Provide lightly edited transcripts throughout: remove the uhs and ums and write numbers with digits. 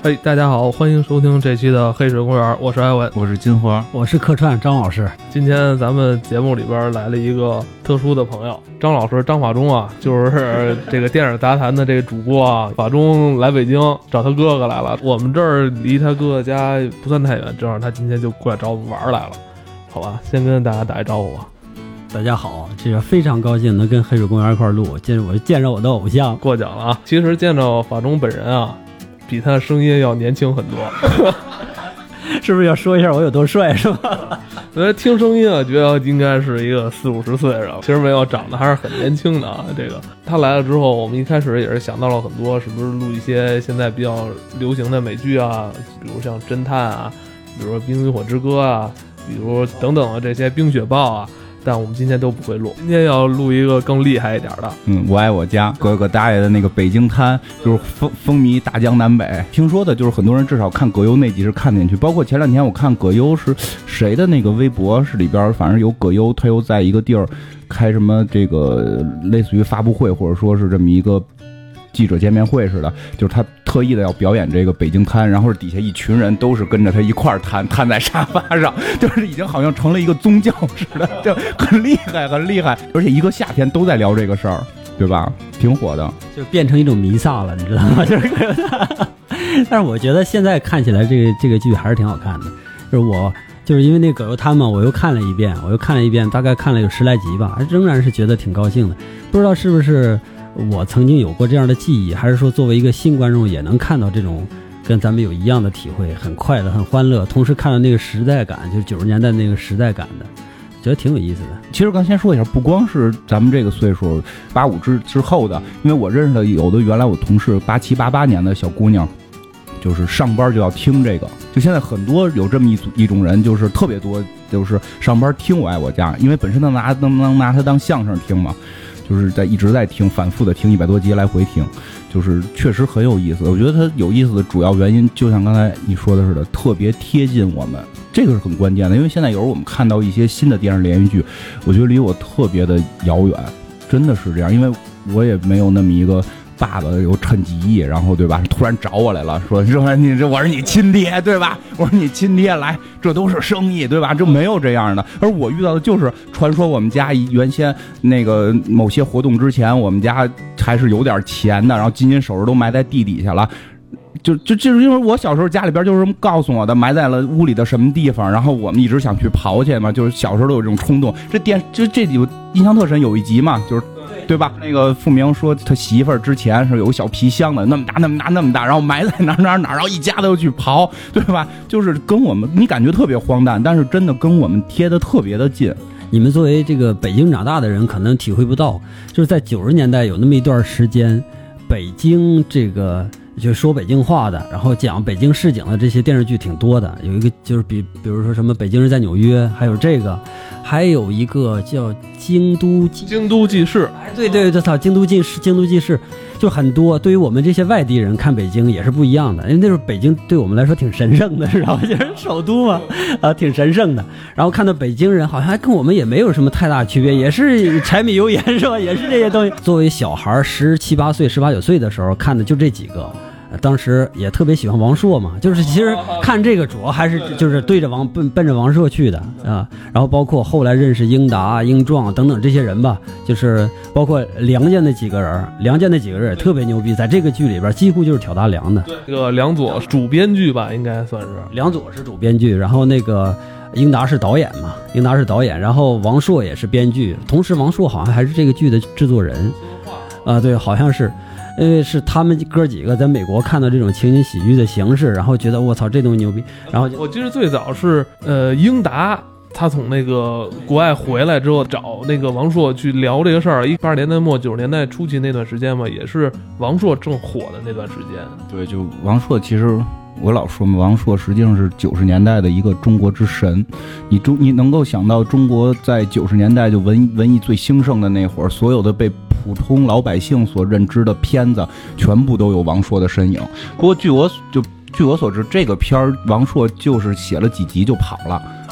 大家好，欢迎收听这期的黑水公园，我是艾文， 我是金花， 我是客串张老师。 今天咱们节目里边来了一个特殊的朋友，张老师张法中啊，就是这个电影杂谈的这个主播啊。法中来北京找他哥哥来了，我们这儿离他哥哥家不算太远，正好他今天就过来找我们玩来了，好吧？先跟大家打一招呼吧。 大家好，这个非常高兴能跟黑水公园一块录，我见着我的偶像， 过奖了啊！其实见着法中本人啊，比他声音要年轻很多， 是不是要说一下我有多帅是吧？ 听声音啊，觉得应该是一个40-50岁了，其实没有，长得还是很年轻的啊。这个他来了之后，我们一开始也是想到了很多，是不是录一些现在比较流行的美剧啊，比如像侦探啊，比如说《冰与火之歌》啊，比如等等的这些《冰雪暴》啊。但我们今天都不会录，今天要录一个更厉害一点的。 我爱我家哥哥大爷的那个北京滩，就是风靡大江南北。听说的就是很多人至少看葛优那集是看进去，包括前两天我看葛优是谁的那个微博是里边，反正有葛优，他又在一个地儿开什么这个类似于发布会，或者说是这么一个记者见面会似的，就是他特意的要表演这个北京滩，然后底下一群人都是跟着他一块儿瘫在沙发上，就是已经好像成了一个宗教似的，就很厉害很厉害，而且一个夏天都在聊这个事儿，对吧？挺火的， 就变成一种弥撒了，你知道吗？就是但是我觉得现在看起来这个剧还是挺好看的，就是因为那葛优瘫嘛，我又看了一遍，大概看了有10来集吧，仍然是觉得挺高兴的。不知道是不是我曾经有过这样的记忆，还是说作为一个新观众也能看到这种跟咱们有一样的体会，很快乐很欢乐，同时看到那个时代感，就是90年代那个时代感的，觉得挺有意思的。 其实刚先说一下，不光是咱们这个岁数85之后的，因为我认识的有的原来我同事87、88年的小姑娘，就是上班就要听这个，就现在很多有这么一种人，就是特别多，就是上班听我爱我家，因为本身能拿它当相声听嘛，就是一直在听，反复的听100多集来回听，就是确实很有意思。我觉得它有意思的主要原因，就像刚才你说的似的，特别贴近我们，这个是很关键的。因为现在有时候我们看到一些新的电视连续剧，我觉得离我特别的遥远，真的是这样，因为我也没有那么一个爸爸有趁几亿，然后对吧，突然找我来了，说你这我是你亲爹对吧？我说你亲爹来，这都是生意对吧？这没有这样的。而我遇到的就是传说我们家原先那个某些活动之前，我们家还是有点钱的，然后金银首饰都埋在地底下了。就是因为我小时候家里边就是这么告诉我的，埋在了屋里的什么地方，然后我们一直想去刨去嘛，就是小时候都有这种冲动。这集印象特深，有一集嘛，就是对吧？那个付明说他媳妇儿之前是有个小皮箱的，那么大，然后埋在哪，然后一家都去刨，对吧？就是跟我们你感觉特别荒诞，但是真的跟我们贴的特别的近。 你们作为这个北京长大的人可能体会不到，就是在90年代有那么一段时间，北京这个就说北京话的，然后讲北京市井的这些电视剧挺多的。有一个就是比如说什么北京人在纽约，还有这个，还有一个叫京都记事。对，京都记事，就很多。对于我们这些外地人看北京也是不一样的，因为那时候北京对我们来说挺神圣的，知道吧？就是首都嘛，挺神圣的。然后看到北京人好像还跟我们也没有什么太大区别，也是柴米油盐是吧？也是这些东西。作为小孩17、18岁、18、19岁的时候看的就这几个。当时也特别喜欢王朔嘛，就是其实看这个主要还是就是对着奔着王朔去的啊。然后包括后来认识英达、英壮等等这些人吧，就是包括梁家那几个人也特别牛逼，在这个剧里边几乎就是挑大梁的。 这个梁左主编剧吧，应该算是梁左是主编剧，然后那个英达是导演嘛，然后王朔也是编剧，同时王朔好像还是这个剧的制作人啊，对，好像是。因为是他们哥几个在美国看到这种情景喜剧的形式，然后觉得我操这东西牛逼，然后我记得最早是英达他从那个国外回来之后找那个王朔去聊这个事儿，80年代末90年代初期那段时间嘛，也是王朔正火的那段时间。对， 就王朔其实我老说嘛，王朔实际上是90年代的一个中国之神。你能够想到中国在90年代就文艺最兴盛的那会儿，所有的被普通老百姓所认知的片子，全部都有王朔的身影。不过据我所知，这个片儿王朔就是写了几集就跑了。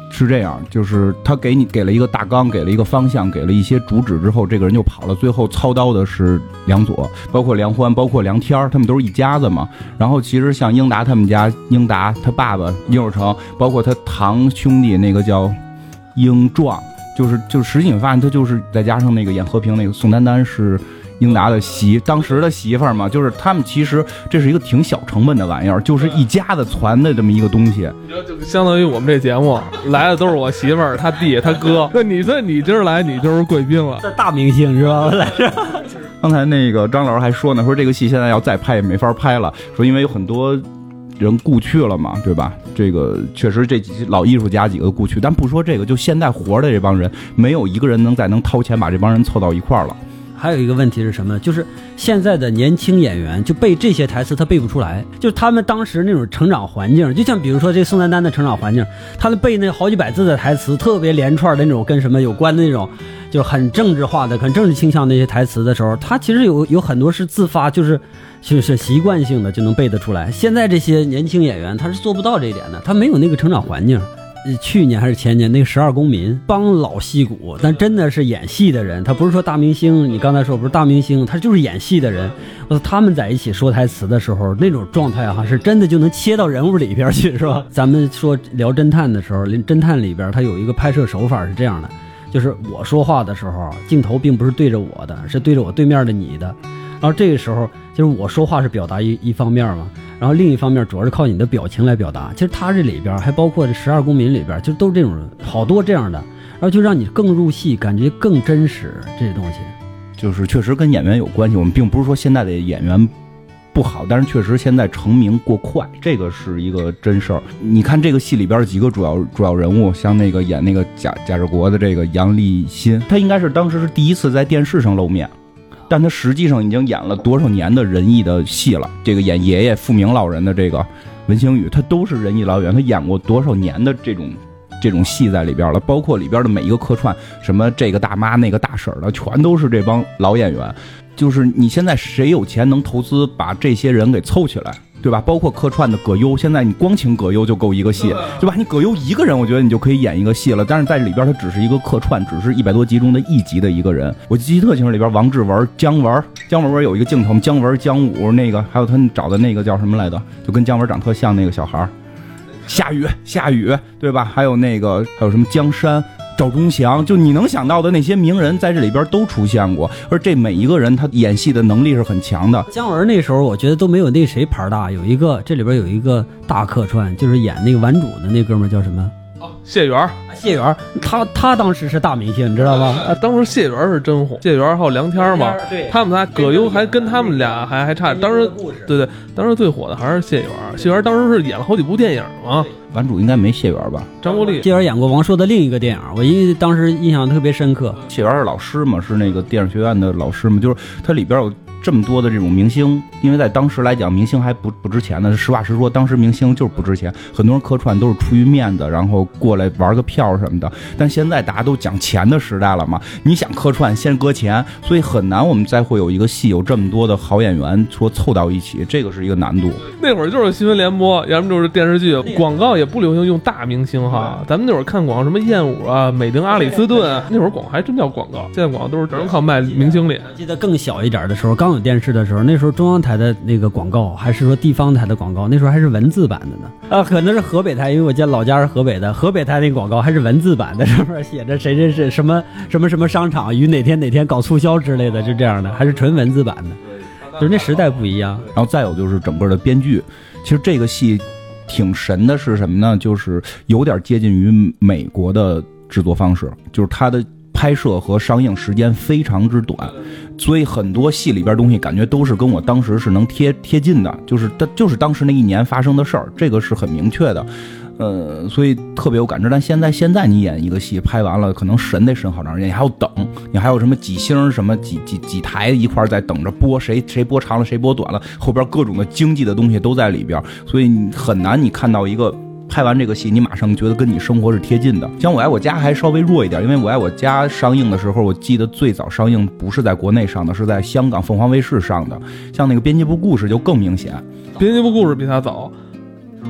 是这样，就是他给了一个大纲，给了一个方向，给了一些主旨之后，这个人就跑了。最后操刀的是梁左，包括梁欢，包括梁天儿，他们都是一家子嘛。然后其实像英达他们家，英达他爸爸殷有成，包括他堂兄弟那个叫英壮，就是实际你发现他就是再加上那个演和平那个宋丹丹是英达的当时的媳妇儿嘛，就是他们其实这是一个挺小成本的玩意儿，就是一家子传的这么一个东西。 就相当于我们这节目来的都是我媳妇儿、他弟、他哥。那你今儿来，你就是贵宾了， 这大明星是吧？来着。 刚才那个张老师还说呢，说这个戏现在要再拍也没法拍了，说因为有很多人故去了嘛，对吧？这个确实这几老艺术家几个故去，但不说这个，就现在活的这帮人，没有一个人能掏钱把这帮人凑到一块儿了。 还有一个问题是什么？就是现在的年轻演员就背这些台词他背不出来，就是他们当时那种成长环境，就像比如说这宋丹丹的成长环境，他们背那好几百字的台词，特别连串的那种跟什么有关的那种，就是很政治化的、很政治倾向那些台词的时候，他其实有很多是自发，就是习惯性的就能背得出来。现在这些年轻演员他是做不到这一点的，他没有那个成长环境。去年还是前年那个12公民帮老戏骨，但真的是演戏的人，他不是说大明星，你刚才说不是大明星，他就是演戏的人。他们在一起说台词的时候那种状态是真的就能切到人物里边去，是吧？咱们说聊侦探的时候，侦探里边他有一个拍摄手法是这样的，就是我说话的时候镜头并不是对着我的，是对着我对面的你的，然后这个时候就是我说话是表达一方面嘛，然后另一方面主要是靠你的表情来表达。其实他这里边还包括这12公民里边就都这种好多这样的，然后就让你更入戏，感觉更真实。这些东西就是确实跟演员有关系，我们并不是说现在的演员不好，但是确实现在成名过快，这个是一个真事儿。你看这个戏里边几个主要人物，像那个演那个贾志国的这个杨立新，他应该是当时是第一次在电视上露面，但他实际上已经演了多少年的仁义的戏了。这个演爷爷富明老人的这个文星宇，他都是仁义老演，他演过多少年的这种戏在里边了，包括里边的每一个客串，什么这个大妈那个大婶的，全都是这帮老演员。就是你现在谁有钱能投资把这些人给凑起来，对吧？包括客串的葛优，现在你光请葛优就够一个戏，对吧？你葛优一个人，我觉得你就可以演一个戏了。但是在里边他只是一个客串，只是100多集中的一集的一个人。我记得特清楚，里边王志文、姜文有一个镜头，姜文、姜武那个，还有他找的那个叫什么来着，就跟姜文长特像那个小孩，夏雨，对吧？还有什么江山。赵忠祥，就你能想到的那些名人在这里边都出现过，而这每一个人他演戏的能力是很强的。 姜文那时候我觉得都没有那谁牌大，这里边有一个大客串，就是演那个顽主的那哥们叫什么？ 谢元， 他当时是大明星，你知道吗？ 当时谢元是真红，谢元还有梁天嘛，他们仨葛优还跟他们俩还差。当时对，当时最火的还是谢元。谢元当时是演了好几部电影嘛。 顽主应该没谢元吧？ 张国立。 谢元演过王朔的另一个电影，我因为当时印象特别深刻。 谢元是老师嘛，是那个电影学院的老师嘛，就是他里边有这么多的这种明星，因为在当时来讲，明星还不值钱的。实话实说，当时明星就是不值钱，很多人客串都是出于面子，然后过来玩个票什么的。但现在大家都讲钱的时代了嘛，你想客串先搁钱，所以很难我们再会有一个戏有这么多的好演员说凑到一起，这个是一个难度。 那会儿就是新闻联播，要么就是电视剧，广告也不流行用大明星哈。咱们那会儿看广告，什么燕舞啊、美丁、阿里斯顿，那会儿广告还真叫广告。现在广告都是只能靠卖明星脸。 记得更小一点的时候，刚有电视的时候，那时候中央台的那个广告，还是说地方台的广告，那时候还是文字版的呢。可能是河北台，因为我老家是河北的，河北台那个广告还是文字版的，上面写着谁是什么商场于哪天搞促销之类的，就这样的，还是纯文字版的。就是那时代不一样。 然后再有就是整个的编剧，其实这个戏挺神的是什么呢？就是有点接近于美国的制作方式，就是它的拍摄和上映时间非常之短，所以很多戏里边东西感觉都是跟我当时是能贴近的，就是当时那一年发生的事儿，这个是很明确的。所以特别有感知。但现在你演一个戏拍完了，可能得审好长时间，你还要等，你还有什么几星什么几台一块在等着播，谁播长了谁播短了，后边各种的经济的东西都在里边，所以你很难你看到一个拍完这个戏你马上觉得跟你生活是贴近的。像我爱我家还稍微弱一点，因为我爱我家上映的时候，我记得最早上映不是在国内上的，是在香港凤凰卫视上的。像那个编辑部故事就更明显， 编辑部故事比他早，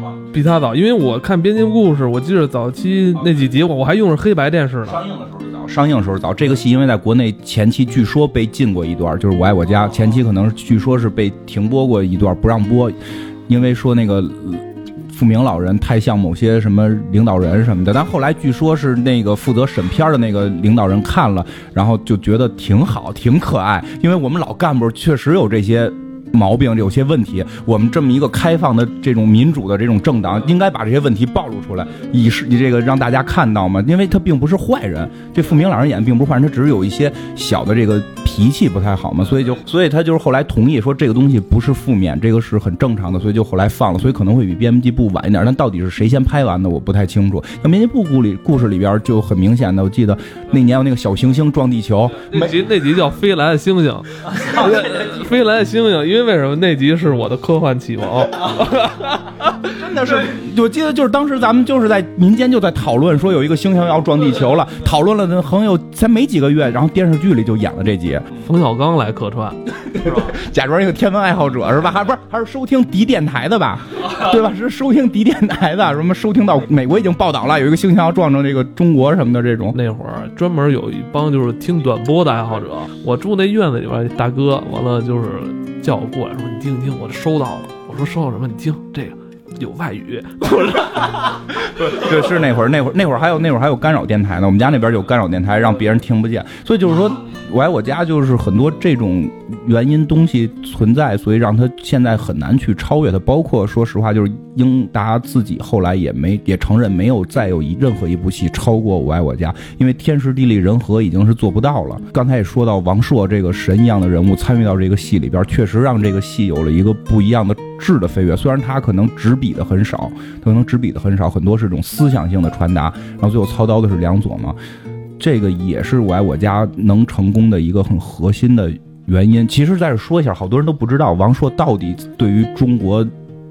比他早，因为我看编辑故事，我记得早期那几集我还用着黑白电视呢。 上映的时候早，这个戏因为在国内前期据说被禁过一段，就是《我爱我家》前期可能据说是被停播过一段，不让播，因为说那个富明老人太像某些什么领导人什么的，但后来据说是那个负责审片的那个领导人看了，然后就觉得挺好，挺可爱，因为我们老干部确实有这些毛病，有些问题，我们这么一个开放的这种民主的这种政党，应该把这些问题暴露出来，以这个让大家看到嘛。因为他并不是坏人，这富明老人演并不是坏人，他只是有一些小的这个脾气不太好嘛，所以他就是后来同意说这个东西不是负面，这个是很正常的，所以就后来放了，所以可能会比编辑部晚一点，但到底是谁先拍完的我不太清楚。像编辑部故事里边就很明显的，我记得那年有那个小行星撞地球， 那集叫《飞来的星星》，飞来的星星，因为为什么那集是我的科幻启蒙？ 真的是，我记得就是当时咱们就是在民间就在讨论说有一个星星要撞地球了，讨论了很有才没几个月，然后电视剧里就演了这集。 冯小刚来客串， 假装一个天文爱好者是吧？还是收听敌电台的吧？对吧？是收听敌电台的，什么收听到美国已经报道了有一个星星要撞着这个中国什么的这种。 那会儿专门有一帮就是听短波的爱好者，我住那院子里边大哥，完了就是叫我过来说你听一听，我收到了。我说收到什么？你听这个。有外语， 对，是那会儿还有干扰电台呢。我们家那边有干扰电台，让别人听不见。所以就是说，我家就是很多这种原因东西存在，所以让他现在很难去超越它。包括说实话，就是英达自己后来也承认没有再有任何一部戏超过我爱我家，因为天时地利人和已经是做不到了。刚才也说到王朔这个神一样的人物参与到这个戏里边，确实让这个戏有了一个不一样的质的飞跃。虽然他可能执笔的很少，很多是这种思想性的传达，然后最后操刀的是梁左嘛，这个也是我爱我家能成功的一个很核心的原因。其实在这说一下，好多人都不知道王朔到底对于中国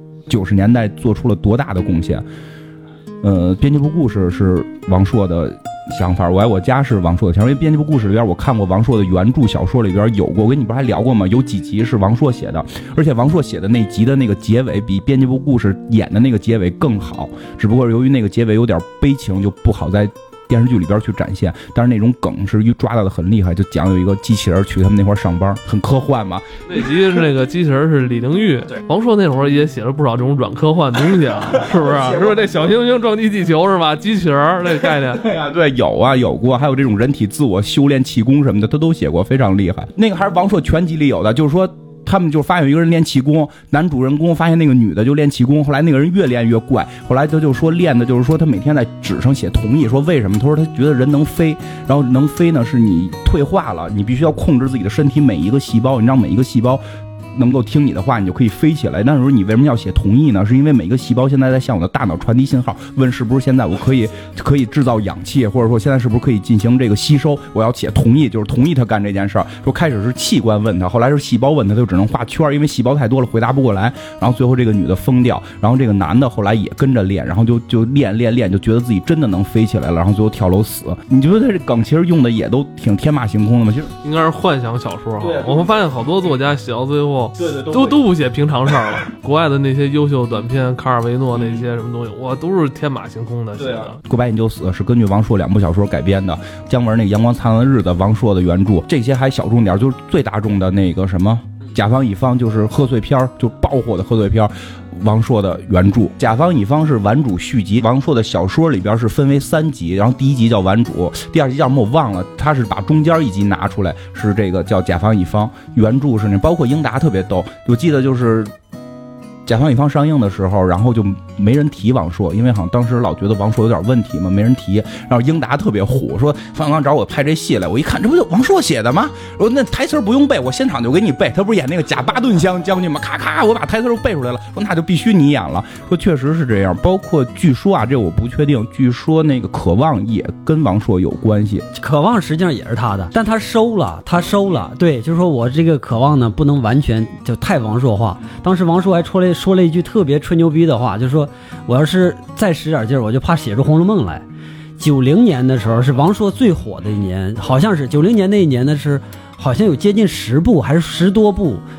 90年代做出了多大的贡献。编辑部故事是王朔的想法，我爱我家是王朔的想法。因为编辑部故事里边我看过王朔的原著小说里边有过，我跟你不是还聊过吗？有几集是王朔写的，而且王朔写的那集的那个结尾比编辑部故事演的那个结尾更好，只不过由于那个结尾有点悲情，就不好在电视剧里边去展现，但是那种梗是抓到的很厉害，就讲有一个机器人去他们那块上班，很科幻嘛。 那集是那个机器人是李玲玉，王朔那会儿也写了不少这种软科幻的东西啊，是不是？是不是这小行星撞击地球是吧？机器人那个概念， 对啊，对，有过，还有这种人体自我修炼气功什么的，他都写过，非常厉害。那个还是王朔全集里有的，就是说。他们就发现有一个人练气功，男主人公发现那个女的就练气功，后来那个人越练越怪，后来他就说练的就是说他每天在纸上写同意，说为什么？他说他觉得人能飞，然后能飞呢是你退化了，你必须要控制自己的身体每一个细胞，你让每一个细胞能够听你的话，你就可以飞起来。那时候你为什么要写同意呢？是因为每个细胞现在在向我的大脑传递信号，问是不是现在我可以制造氧气，或者说现在是不是可以进行这个吸收？我要写同意，就是同意他干这件事儿。说开始是器官问他，后来是细胞问他，他就只能画圈，因为细胞太多了回答不过来。然后最后这个女的疯掉，然后这个男的后来也跟着练，然后就练，就觉得自己真的能飞起来了，然后最后跳楼死。你觉得他这梗其实用的也都挺天马行空的吗？其实应该是幻想小说哈。我们发现好多作家写到最后。 对， 都不写平常事儿了。国外的那些优秀短片，卡尔维诺那些什么东西，哇，都是天马行空的写的。 过百瘾就死是根据王朔2部小说改编的，姜文那个《阳光灿烂的日子》，王朔的原著，这些还小众点，就是最大众的那个什么甲方乙方，就是贺岁片，就爆火的贺岁片。王朔的原著，甲方乙方是顽主续集。王朔的小说里边是分为3集，然后第1集叫顽主，第2集叫什么我忘了，他是把中间1集拿出来，是这个叫甲方乙方。原著是那，包括英达特别逗，我记得就是甲方乙方上映的时候，然后就没人提王朔，因为好像当时老觉得王朔有点问题嘛，没人提。然后英达特别虎，说冯小刚找我拍这戏来，我一看这不就王朔写的吗？我说那台词不用背，我现场就给你背。他不是演那个贾巴顿将军吗？咔咔，我把台词都背出来了。说那就必须你演了。说确实是这样，包括据说啊，这我不确定，据说那个渴望也跟王朔有关系。 渴望实际上也是他的，但他收了。对，就是说我这个渴望呢，不能完全就太王朔化。当时王朔还说了一句特别吹牛逼的话，就是说我要是再使点劲儿，我就怕写出《红楼梦》来。90年的时候是王朔最火的一年，好像是90年那一年呢，是好像有接近10部还是10多部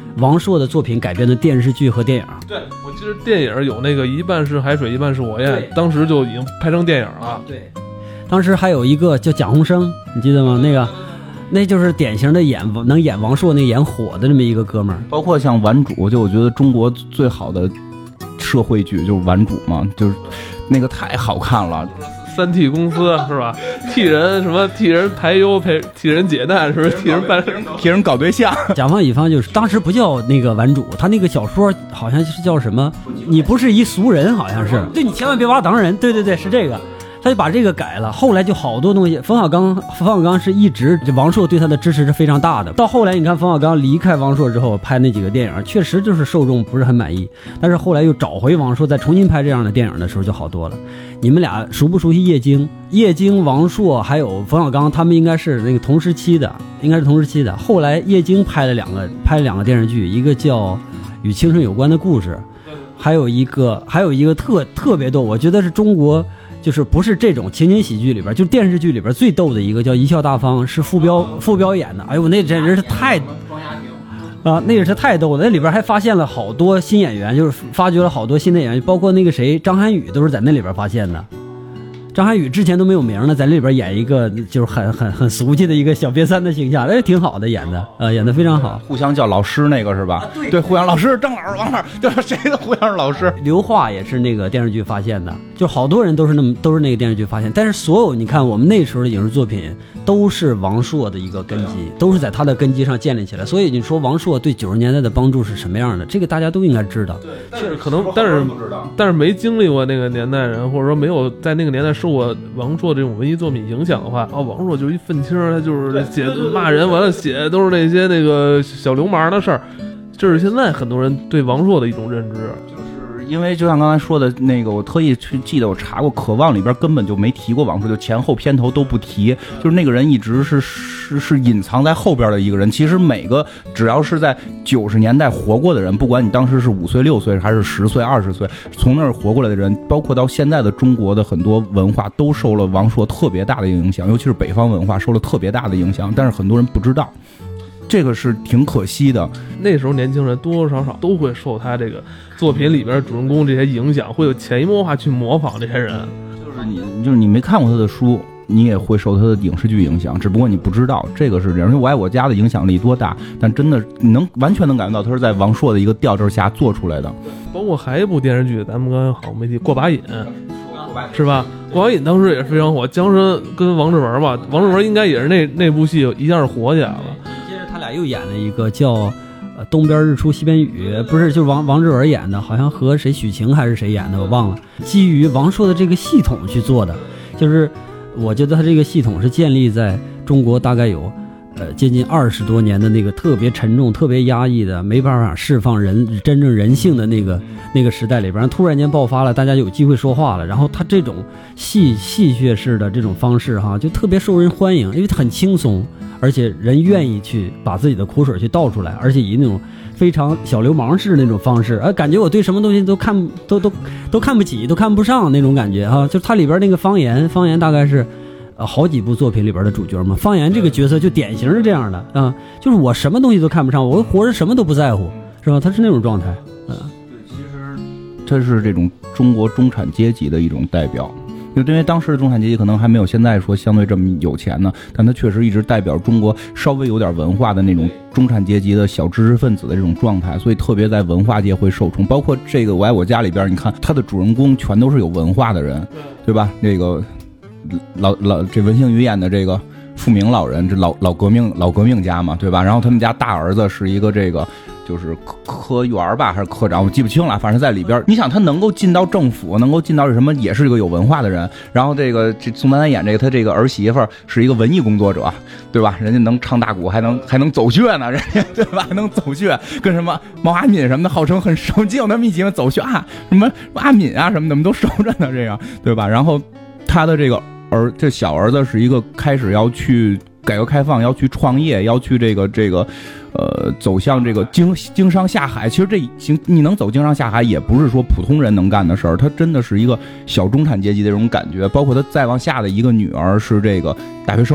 王朔的作品改编的电视剧和电影。 对，我记得电影有那个一半是海水一半是火焰，当时就已经拍成电影了。 对，当时还有一个叫蒋鸿生，你记得吗？那就是典型的能演王朔那演火的这么一个哥们儿。 包括像顽主，就我觉得中国最好的社会剧就是顽主嘛，就是那个太好看了。 3T 公司是吧？替人排忧替人解难，是不是？替人搞对象。 甲方乙方就是当时不叫那个顽主，他那个小说好像是叫什么？你不是一俗人，好像是。对，你千万别把我当人。对，是这个。他就把这个改了，后来就好多东西。冯小刚是一直王朔对他的支持是非常大的。到后来你看冯小刚离开王朔之后拍那几个电影，确实就是受众不是很满意，但是后来又找回王朔，再重新拍这样的电影的时候就好多了。你们俩熟不熟悉叶京？叶京、王朔还有冯小刚，他们应该是那个同时期的。后来叶京拍了两个电视剧，一个叫《与青春有关的故事》，还有一个特别逗，我觉得是中国。就是不是这种情景喜剧里边，就是电视剧里边最逗的一个叫《贻笑大方》，是傅彪演的。哎呦，那真是太那也是太逗了。那里边还发现了好多新演员，就是发掘了好多新的演员，包括那个谁张涵予都是在那里边发现的。张涵予之前都没有名呢，在那里边演一个就是很俗气的一个小瘪三的形象，哎，挺好的，演的非常好。 互相叫老师那个是吧？对，互相老师，郑老师、王老师，就是谁的互相是老师？ 刘桦也是那个电视剧发现的，就好多人都是那个电视剧发现。但是所有你看我们那时候的影视作品都是王朔的一个根基，都是在他的根基上建立起来。所以你说王朔对90年代的帮助是什么样的？这个大家都应该知道。 对，是可能，但是没经历过那个年代人，或者说没有在那个年代受过王朔这种文艺作品影响的话，王朔就是一愤青，他就是写骂人，完了写都是那些那个小流氓的事儿，这是现在很多人对王朔的一种认知。 因为就像刚才说的那个，我特意去记得我查过，《渴望》里边根本就没提过王朔，就前后片头都不提，就是那个人一直是隐藏在后边的一个人。其实每个只要是在90年代活过的人，不管你当时是5岁、6岁还是10岁、20岁，从那儿活过来的人，包括到现在的中国的很多文化，都受了王朔特别大的影响，尤其是北方文化受了特别大的影响，但是很多人不知道。这个是挺可惜的。 那时候年轻人多多少少都会受他这个作品里边主人公这些影响，会有潜移默化去模仿这些人。 就是你没看过他的书，你也会受他的影视剧影响，只不过你不知道这个是这样。因为我爱我家的影响力多大，但真的你完全能感觉到他是在王朔的一个调调下做出来的。 包括还一部电视剧，咱们刚才好没提，过把瘾，是吧？过把瘾当时也是非常火，江山跟王志文吧，王志文应该也是那部戏一下是火起来了。 他俩又演了一个叫东边日出西边雨，不是，就是王志文演的，好像和谁许晴还是谁演的我忘了，基于王朔的这个系统去做的。就是我觉得他这个系统是建立在中国大概有接近20多年的那个特别沉重特别压抑的没办法释放真正人性的那个时代里边，突然间爆发了，大家有机会说话了，然后他这种戏谑式的这种方式就特别受人欢迎，因为他很轻松，而且人愿意去把自己的苦水去倒出来，而且以那种非常小流氓式的那种方式，感觉我对什么东西都看不起，都看不上那种感觉就它里边那个方言大概是好几部作品里边的主角嘛。方言这个角色就典型是这样的就是我什么东西都看不上，我活着什么都不在乎，是吧？他是那种状态其实他是这种中国中产阶级的一种代表。因为当时的中产阶级可能还没有现在说相对这么有钱呢，但他确实一直代表中国稍微有点文化的那种中产阶级的小知识分子的这种状态，所以特别在文化界会受宠。包括这个我爱我家里边，你看他的主人公全都是有文化的人，对吧？这个这文星宇演的这个富明老人，这老革命家嘛，对吧？然后他们家大儿子是一个这个就是科员吧还是科长，我记不清了，反正在里边。你想他能够进到政府，能够进到什么，也是一个有文化的人。然后这宋丹丹演这个他这个儿媳妇是一个文艺工作者，对吧？人家能唱大鼓，还能走穴呢，人家对吧？还能走穴，跟什么毛阿敏什么的号称很熟，就那么一起走穴什么阿敏什么的，我们都熟着呢，这样对吧？然后他的这小儿子是一个开始要去改革开放，要去创业，要去这个走向这个经商下海。其实你能走经商下海，也不是说普通人能干的事儿，他真的是一个小中产阶级的这种感觉。包括他再往下的一个女儿是这个大学生，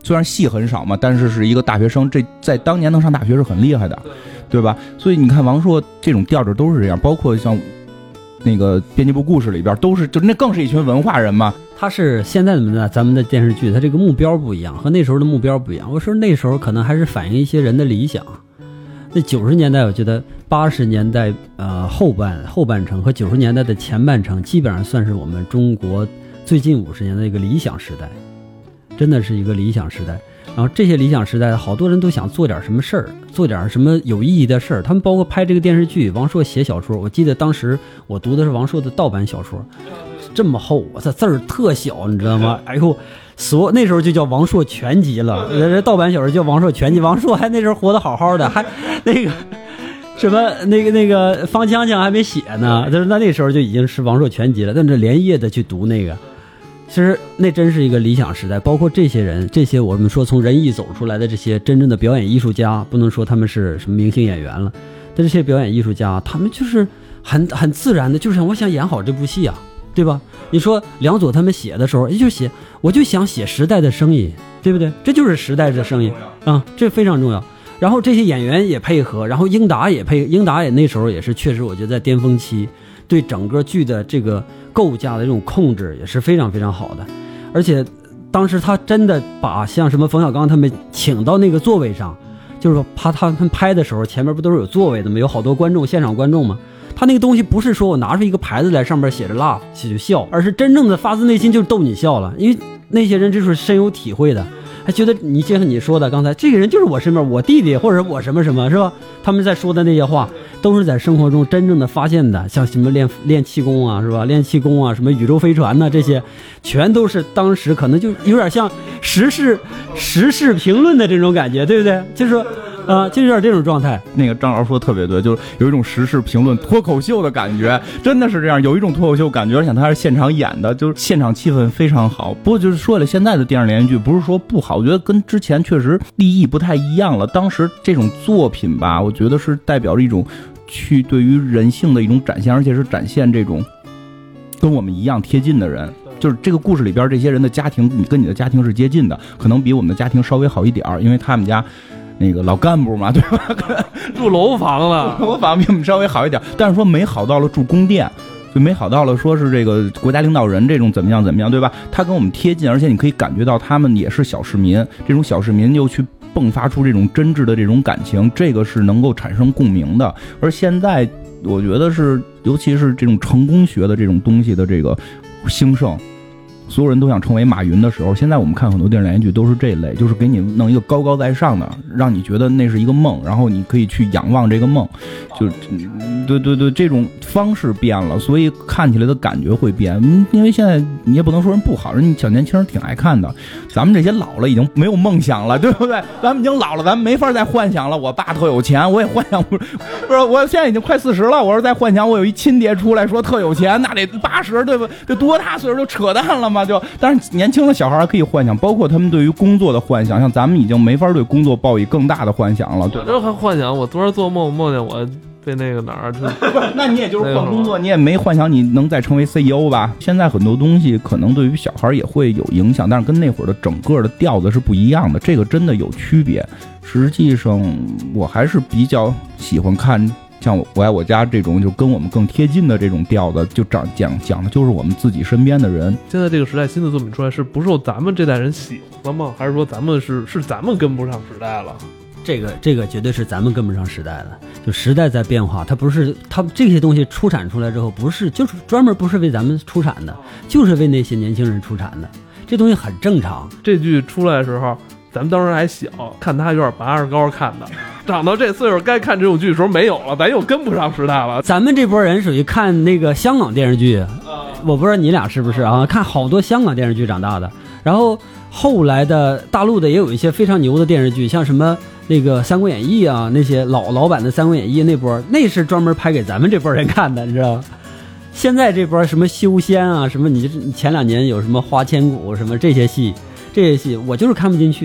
虽然戏很少嘛，但是是一个大学生，这在当年能上大学是很厉害的，对吧？所以你看王朔这种调都是这样，包括像那个编辑部故事里边都是，就那更是一群文化人嘛。 他是现在的咱们的电视剧，他这个目标不一样，和那时候的目标不一样。我说那时候可能还是反映一些人的理想。那90年代，我觉得80年代后半程和90年代的前半程，基本上算是我们中国最近50年的一个理想时代，真的是一个理想时代。然后这些理想时代，好多人都想做点什么事儿，做点什么有意义的事儿。他们包括拍这个电视剧，王朔写小说，我记得当时我读的是王朔的盗版小说，这么厚，我操，字儿特小，你知道吗？哎呦，那时候就叫王朔全集了，盗版小说叫王朔全集。王朔还那时候活得好好的，还那个什么那个方锵锵还没写呢，就是那时候就已经是王朔全集了，但是连夜的去读那个。其实那真是一个理想时代，包括这些人，这些我们说从仁义走出来的这些真正的表演艺术家，不能说他们是什么明星演员了，但这些表演艺术家，他们就是很自然的，就是我想演好这部戏啊，对吧？你说梁左他们写的时候，我就想写时代的声音，对不对？这就是时代的声音啊，这非常重要。然后这些演员也配合，然后英达也那时候也是确实我觉得在巅峰期，对整个剧的这个构架的这种控制也是非常非常好的。而且当时他真的把像什么冯小刚他们请到那个座位上，就是说他们拍的时候前面不都是有座位的吗？有好多观众，现场观众吗？他那个东西不是说我拿出一个牌子来上面写着 laugh 写着笑，而是真正的发自内心就是逗你笑了，因为那些人这是深有体会的，还觉得你就像你说的刚才这个人就是我身边我弟弟或者我什么什么，是吧？他们在说的那些话都是在生活中真正的发现的，像什么练气功啊，是吧？练气功啊，什么宇宙飞船呐，这些全都是当时可能就有点像时事评论的这种感觉，对不对？就是说就有点这种状态。 那个张老师说的特别对，就是有一种时事评论脱口秀的感觉，真的是这样，有一种脱口秀感觉，而且他是现场演的，就是现场气氛非常好。不过就是说了，现在的电视连续剧不是说不好，我觉得跟之前确实立意不太一样了。当时这种作品吧，我觉得是代表着一种去对于人性的一种展现，而且是展现这种跟我们一样贴近的人。就是这个故事里边这些人的家庭，你跟你的家庭是接近的，可能比我们的家庭稍微好一点，因为他们家那个老干部嘛，对吧？ 住楼房了， 楼房比我们稍微好一点，但是说没好到了住宫殿，就没好到了说是这个国家领导人这种怎么样，对吧？他跟我们贴近，而且你可以感觉到他们也是小市民，这种小市民又去迸发出这种真挚的这种感情，这个是能够产生共鸣的。而现在我觉得是，尤其是这种成功学的这种东西的这个兴盛，所有人都想成为马云的时候，现在我们看很多电视连续剧都是这一类，就是给你弄一个高高在上的，让你觉得那是一个梦，然后你可以去仰望这个梦，就对，这种方式变了，所以看起来的感觉会变。因为现在你也不能说人不好，人小年轻人挺爱看的，咱们这些老了已经没有梦想了，对不对？咱们已经老了，咱们没法再幻想了。我爸特有钱，我也幻想不是，我现在已经快40了，我说再幻想我有一亲爹出来说特有钱，那得80，对吧？这多大岁数就扯淡了嘛？就当然年轻的小孩还可以幻想，包括他们对于工作的幻想，像咱们已经没法对工作抱以更大的幻想了。对， 我这还幻想，我昨儿做梦见我被那个哪儿， 那你也就是换工作，你也没幻想你能再成为 CEO 吧？现在很多东西可能对于小孩也会有影响，但是跟那会儿的整个的调子是不一样的，这个真的有区别。实际上，我还是比较喜欢看像我爱我家这种就跟我们更贴近的这种调子，就讲的就是我们自己身边的人。 现在这个时代新的作品出来，是不受咱们这代人喜欢吗？还是说咱们是咱们跟不上时代了？ 这个绝对是咱们跟不上时代了。就时代在变化，它这些东西出产出来之后，就是专门不是为咱们出产的，就是为那些年轻人出产的。这东西很正常。 这剧出来的时候，咱们当时还小，看他有点拔着高看的。长到这岁数该看这种剧的时候没有了，咱又跟不上时代了。 咱们这波人属于看那个香港电视剧，我不知道你俩是不是啊？看好多香港电视剧长大的。然后后来的大陆的也有一些非常牛的电视剧，像什么那个《三国演义》啊，那些老版的《三国演义》那波，那是专门拍给咱们这波人看的，你知道吗？现在这波什么修仙啊，什么你前2年有什么花千骨什么这些戏，我就是看不进去。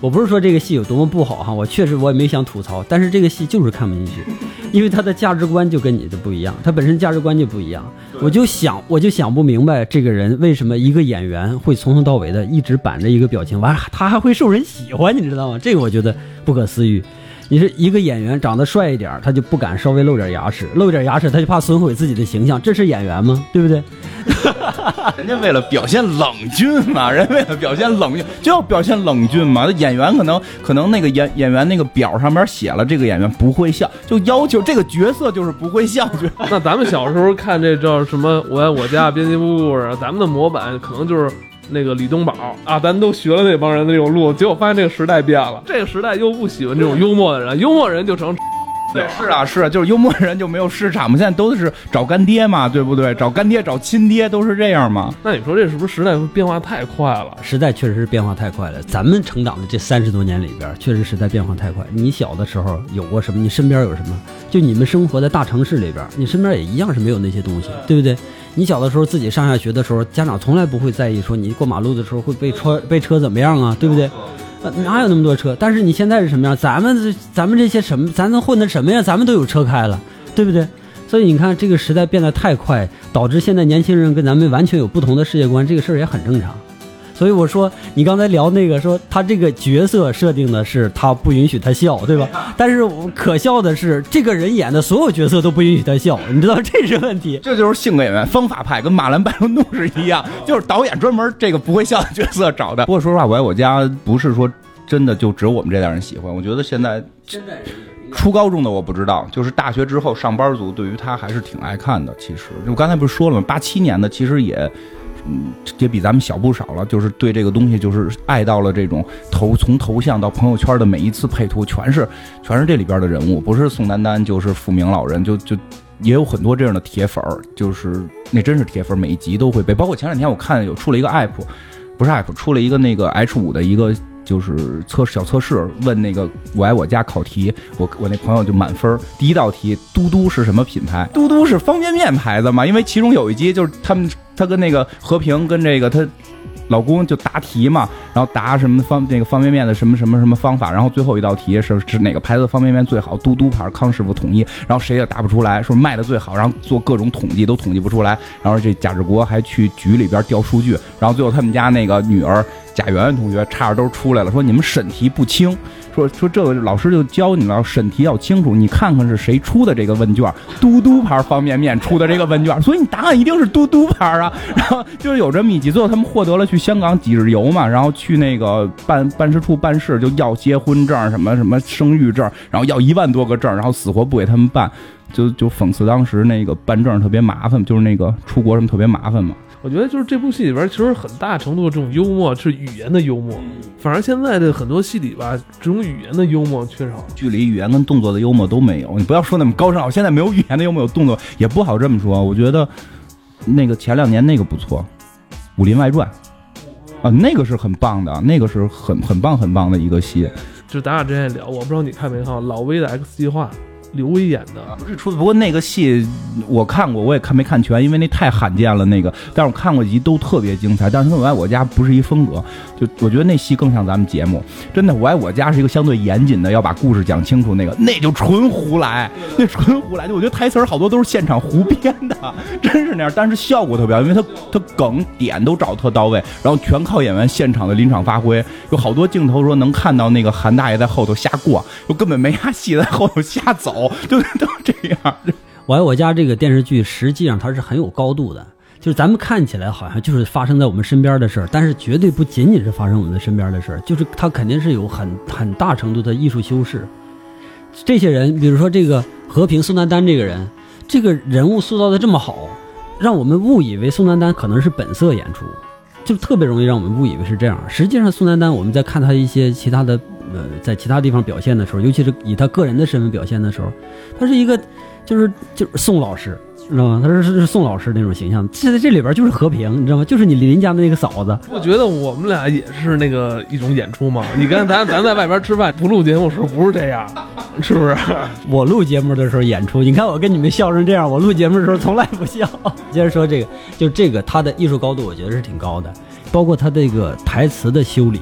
我不是说这个戏有多么不好哈，我确实我也没想吐槽，但是这个戏就是看不进去，因为他的价值观就跟你的不一样，他本身价值观就不一样。我就想不明白这个人为什么一个演员会从头到尾的一直板着一个表情，完他还会受人喜欢，你知道吗？这个我觉得不可思议。你是一个演员长得帅一点，他就不敢稍微露点牙齿，露点牙齿他就怕损毁自己的形象，这是演员吗？对不对？ 人家为了表现冷峻嘛，人为了表现冷峻就要表现冷峻嘛。演员可能那个演员那个表上面写了这个演员不会笑，就要求这个角色就是不会笑。 那咱们小时候看这叫什么我爱我家编辑部故事，咱们的模板可能就是那个李东宝啊，咱都学了那帮人的这种路，结果发现这个时代变了，这个时代又不喜欢这种幽默的人，幽默人就成。 对，是啊，就是幽默人就没有市场嘛，现在都是找干爹嘛，对不对？找干爹找亲爹都是这样嘛。 那你说这是不是时代变化太快了？ 时代确实是变化太快了，咱们成长的这30多年里边，确实时代变化太快。你小的时候有过什么？你身边有什么？就你们生活在大城市里边，你身边也一样是没有那些东西，对不对？你小的时候自己上下学的时候，家长从来不会在意说你过马路的时候会被车怎么样啊，对不对？哪有那么多车？但是你现在是什么样？咱们这些什么，咱能混的什么呀？咱们都有车开了，对不对？所以你看，这个时代变得太快，导致现在年轻人跟咱们完全有不同的世界观，这个事儿也很正常。所以我说，你刚才聊那个说他这个角色设定的是他不允许他笑，对吧？但是可笑的是，这个人演的所有角色都不允许他笑，你知道这是问题。 这就是性格演员方法派，跟马兰白伦度是一样，就是导演专门这个不会笑的角色找的。不过说实话，我爱我家不是说真的就只有我们这代人喜欢，我觉得现在初高中的我不知道，就是大学之后上班族对于他还是挺爱看的。其实我刚才不是说了吗？87年的其实也比咱们小不少了，就是对这个东西就是爱到了这种从头像到朋友圈的每一次配图全是这里边的人物，不是宋丹丹就是富明老人，就也有很多这样的铁粉，就是那真是铁粉，每一集都会背。包括前两天我看有出了一个 app， 不是 app， 出了一个那个 H5 的一个就是小测试，问那个我爱我家考题，我那朋友就满分。第一道题，嘟嘟是什么品牌？嘟嘟是方便面牌子嘛？因为其中有一集就是他跟那个和平跟这个他老公就答题嘛，然后答什么那个方便面的什么方法，然后最后一道题是哪个牌子的方便面最好？嘟嘟牌，康师傅统一，然后谁也答不出来，说卖的最好，然后做各种统计都统计不出来，然后这贾志国还去局里边调数据，然后最后他们家那个女儿贾圆圆同学差点都出来了，说你们审题不清，说这个老师就教你了，审题要清楚，你看看是谁出的这个问卷，嘟嘟牌方便面出的这个问卷，所以你答案一定是嘟嘟牌啊。然后就是有这么一集，最后他们获得了去香港几日游嘛，然后去那个办事处办事，就要结婚证什么生育证，然后要1万多个证，然后死活不给他们办，就讽刺当时那个办证特别麻烦，就是那个出国什么特别麻烦嘛。 我觉得就是这部戏里边其实很大程度的这种幽默是语言的幽默，反而现在的很多戏里吧，这种语言的幽默缺少， 剧里语言跟动作的幽默都没有。你不要说那么高尚，现在没有语言的幽默，有动作也不好这么说。我觉得那个前2年那个不错，《武林外传》啊，那个是很棒的，那个是很棒的一个戏。 就咱俩之前也聊，我不知道你看没看老威的 X 计划。刘威演的不是出的，不过那个戏我看过，我也没看全，因为那太罕见了那个。但是我看过几集都特别精彩，但是跟我爱我家不是一风格，就我觉得那戏更像咱们节目。真的，我爱我家是一个相对严谨的，要把故事讲清楚那个，那就纯胡来，那纯胡来。就我觉得台词好多都是现场胡编的，真是那样。但是效果特别好，因为他梗点都找特到位，然后全靠演员现场的临场发挥。有好多镜头说能看到那个韩大爷在后头瞎过，又根本没啥戏在后头瞎走。都这样。 我爱我家这个电视剧实际上它是很有高度的，就是咱们看起来好像就是发生在我们身边的事儿，但是绝对不仅仅是发生我们的身边的事儿，就是它肯定是有很大程度的艺术修饰。这些人比如说这个和平宋丹丹这个人，这个人物塑造的这么好，让我们误以为宋丹丹可能是本色演出，就特别容易让我们误以为是这样。实际上宋丹丹我们在看他一些其他的在其他地方表现的时候，尤其是以他个人的身份表现的时候，他是一个就是宋老师，知道吗？他是宋老师那种形象，在这里边就是和平，你知道吗？就是你邻家的那个嫂子。 我觉得我们俩也是那个一种演出嘛。你看咱在外边吃饭不录节目时候不是这样，是不是？ 我录节目的时候演出，你看我跟你们笑成这样，我录节目的时候从来不笑。接着说这个，就这个他的艺术高度，我觉得是挺高的，包括他这个台词的修理。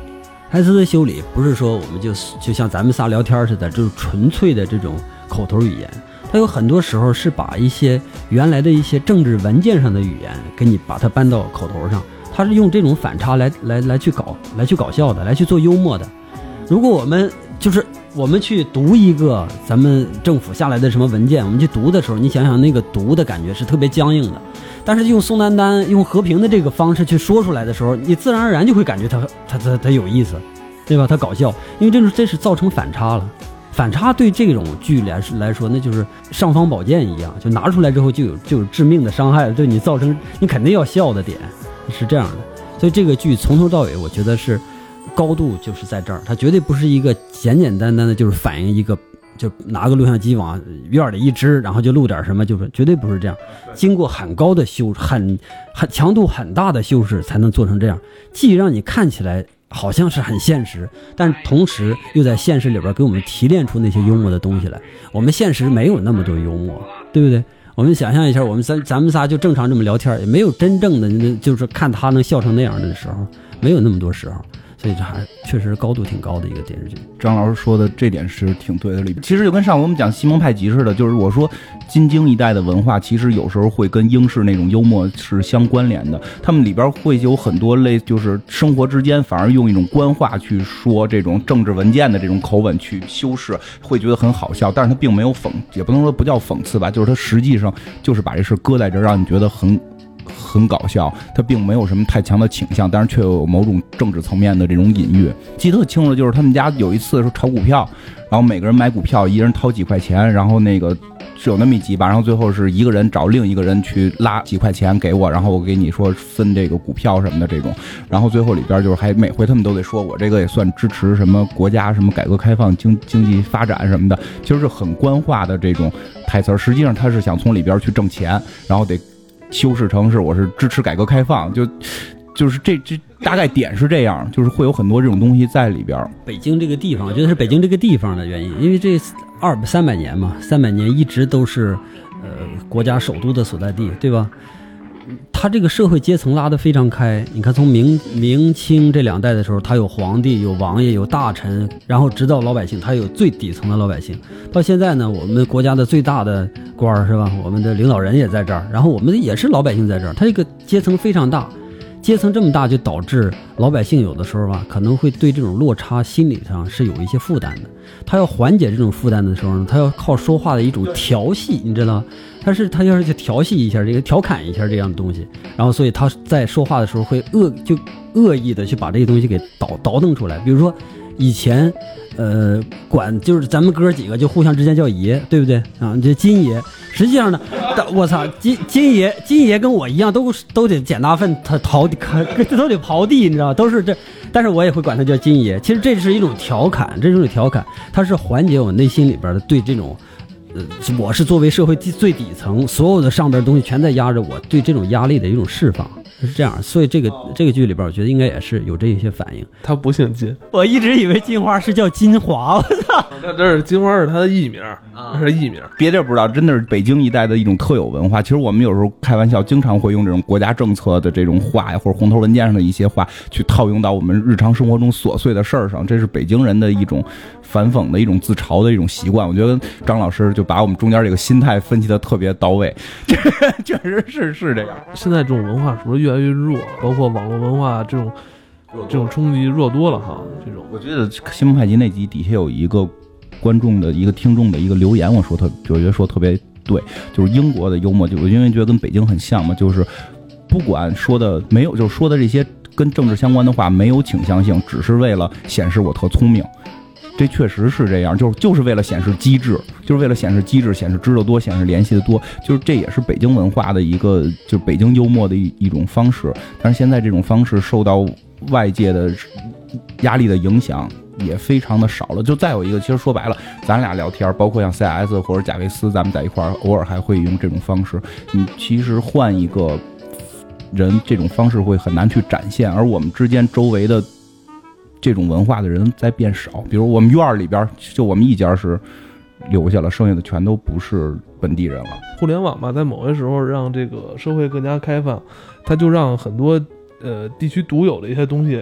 台词的修理不是说我们就像咱们仨聊天似的，就是纯粹的这种口头语言。它有很多时候是把一些原来的一些政治文件上的语言给你把它搬到口头上，它是用这种反差来去搞笑的，来去做幽默的。如果我们去读一个咱们政府下来的什么文件，我们去读的时候，你想想那个读的感觉是特别僵硬的，但是用宋丹丹用和平的这个方式去说出来的时候，你自然而然就会感觉它有意思，对吧？它搞笑，因为这是造成反差了。反差对这种剧来说，那就是尚方宝剑一样，就拿出来之后就有致命的伤害，对你造成你肯定要笑的点，是这样的。所以这个剧从头到尾，我觉得是高度就是在这儿，它绝对不是一个简简单单的就是反映一个就拿个录像机往院里一支，然后就录点什么，就是绝对不是这样，经过很高的修很强度很大的修饰才能做成这样，既让你看起来好像是很现实，但同时又在现实里边给我们提炼出那些幽默的东西来。我们现实没有那么多幽默，对不对？我们想象一下，咱们仨就正常这么聊天，也没有真正的就是看他能笑成那样的时候，没有那么多时候。所以这还确实高度挺高的一个电视剧。 张老师说的这点是挺对的。其实就跟上回我们讲西蒙派吉似的，就是我说京津一带的文化其实有时候会跟英式那种幽默是相关联的，他们里边会有很多就是生活之间反而用一种官话去说这种政治文件的这种口吻去修饰，会觉得很好笑，但是他并没有也不能说不叫讽刺吧，就是他实际上就是把这事搁在这儿，让你觉得很搞笑，它并没有什么太强的倾向，但是却有某种政治层面的这种隐喻。记得特清楚，就是他们家有一次说炒股票，然后每个人买股票，一人掏几块钱，然后那个是有那么几把，然后最后是一个人找另一个人去拉几块钱给我，然后我给你说分这个股票什么的这种，然后最后里边就是还每回他们都得说我这个也算支持什么国家什么改革开放经济发展什么的，其实是很官话的这种台词，实际上他是想从里边去挣钱，然后得修饰成是我是支持改革开放，就是这大概点是这样，就是会有很多这种东西在里边。 北京这个地方，我觉得是北京这个地方的原因，因为这300年嘛，300年一直都是国家首都的所在地，对吧？他这个社会阶层拉得非常开，你看从明清这2代的时候，他有皇帝有王爷有大臣，然后直到老百姓，他有最底层的老百姓。到现在呢，我们国家的最大的官是吧，我们的领导人也在这儿，然后我们也是老百姓在这儿，他这个阶层非常大，阶层这么大就导致老百姓有的时候吧，可能会对这种落差心理上是有一些负担的。他要缓解这种负担的时候呢，他要靠说话的一种调戏，你知道吗？他要是去调戏一下这个调侃一下这样的东西，然后所以他在说话的时候会恶意的去把这个东西给倒腾出来。比如说以前管就是咱们哥几个就互相之间叫爷，对不对啊？这金爷，实际上呢，我操，金爷跟我一样都得捡大粪，他都得刨地，你知道吗？都是这，但是我也会管他叫金爷。其实这是一种调侃，它是缓解我内心里边的对这种。我是作为社会最底层，所有的上边东西全在压着我，对这种压力的一种释放，是这样。所以这个剧里边，我觉得应该也是有这些反应。 他不姓金， 我一直以为金花是叫金华，我操！ 这是金花是他的艺名是艺名。 别地不知道，真的是北京一带的一种特有文化。其实我们有时候开玩笑，经常会用这种国家政策的这种话呀，或者红头文件上的一些话，去套用到我们日常生活中琐碎的事儿上。这是北京人的一种反讽的一种自嘲的一种习惯。我觉得张老师就把我们中间这个心态分析的特别到位，确实是这样。 现在这种文化是不是越来越弱？包括网络文化这种冲击弱多了哈。这种我觉得西蒙派吉那集底下有一个观众的一个听众的一个留言，我觉得说特别对，就是英国的幽默，就我因为觉得跟北京很像嘛，就是不管说的没有，就是说的这些跟政治相关的话没有倾向性，只是为了显示我特聪明。这确实是这样，就是为了显示机智，显示知道多，显示联系的多，就是这也是北京文化的一个，就是北京幽默的一种方式。但是现在这种方式受到外界的压力的影响也非常的少了。就再有一个，其实说白了，咱俩聊天，包括像 CS 或者贾维斯，咱们在一块儿偶尔还会用这种方式。你其实换一个人，这种方式会很难去展现，而我们之间周围的这种文化的人在变少。比如我们院里边就我们一家是留下了，剩下的全都不是本地人了。 互联网吧，在某些时候让这个社会更加开放，它就让很多地区独有的一些东西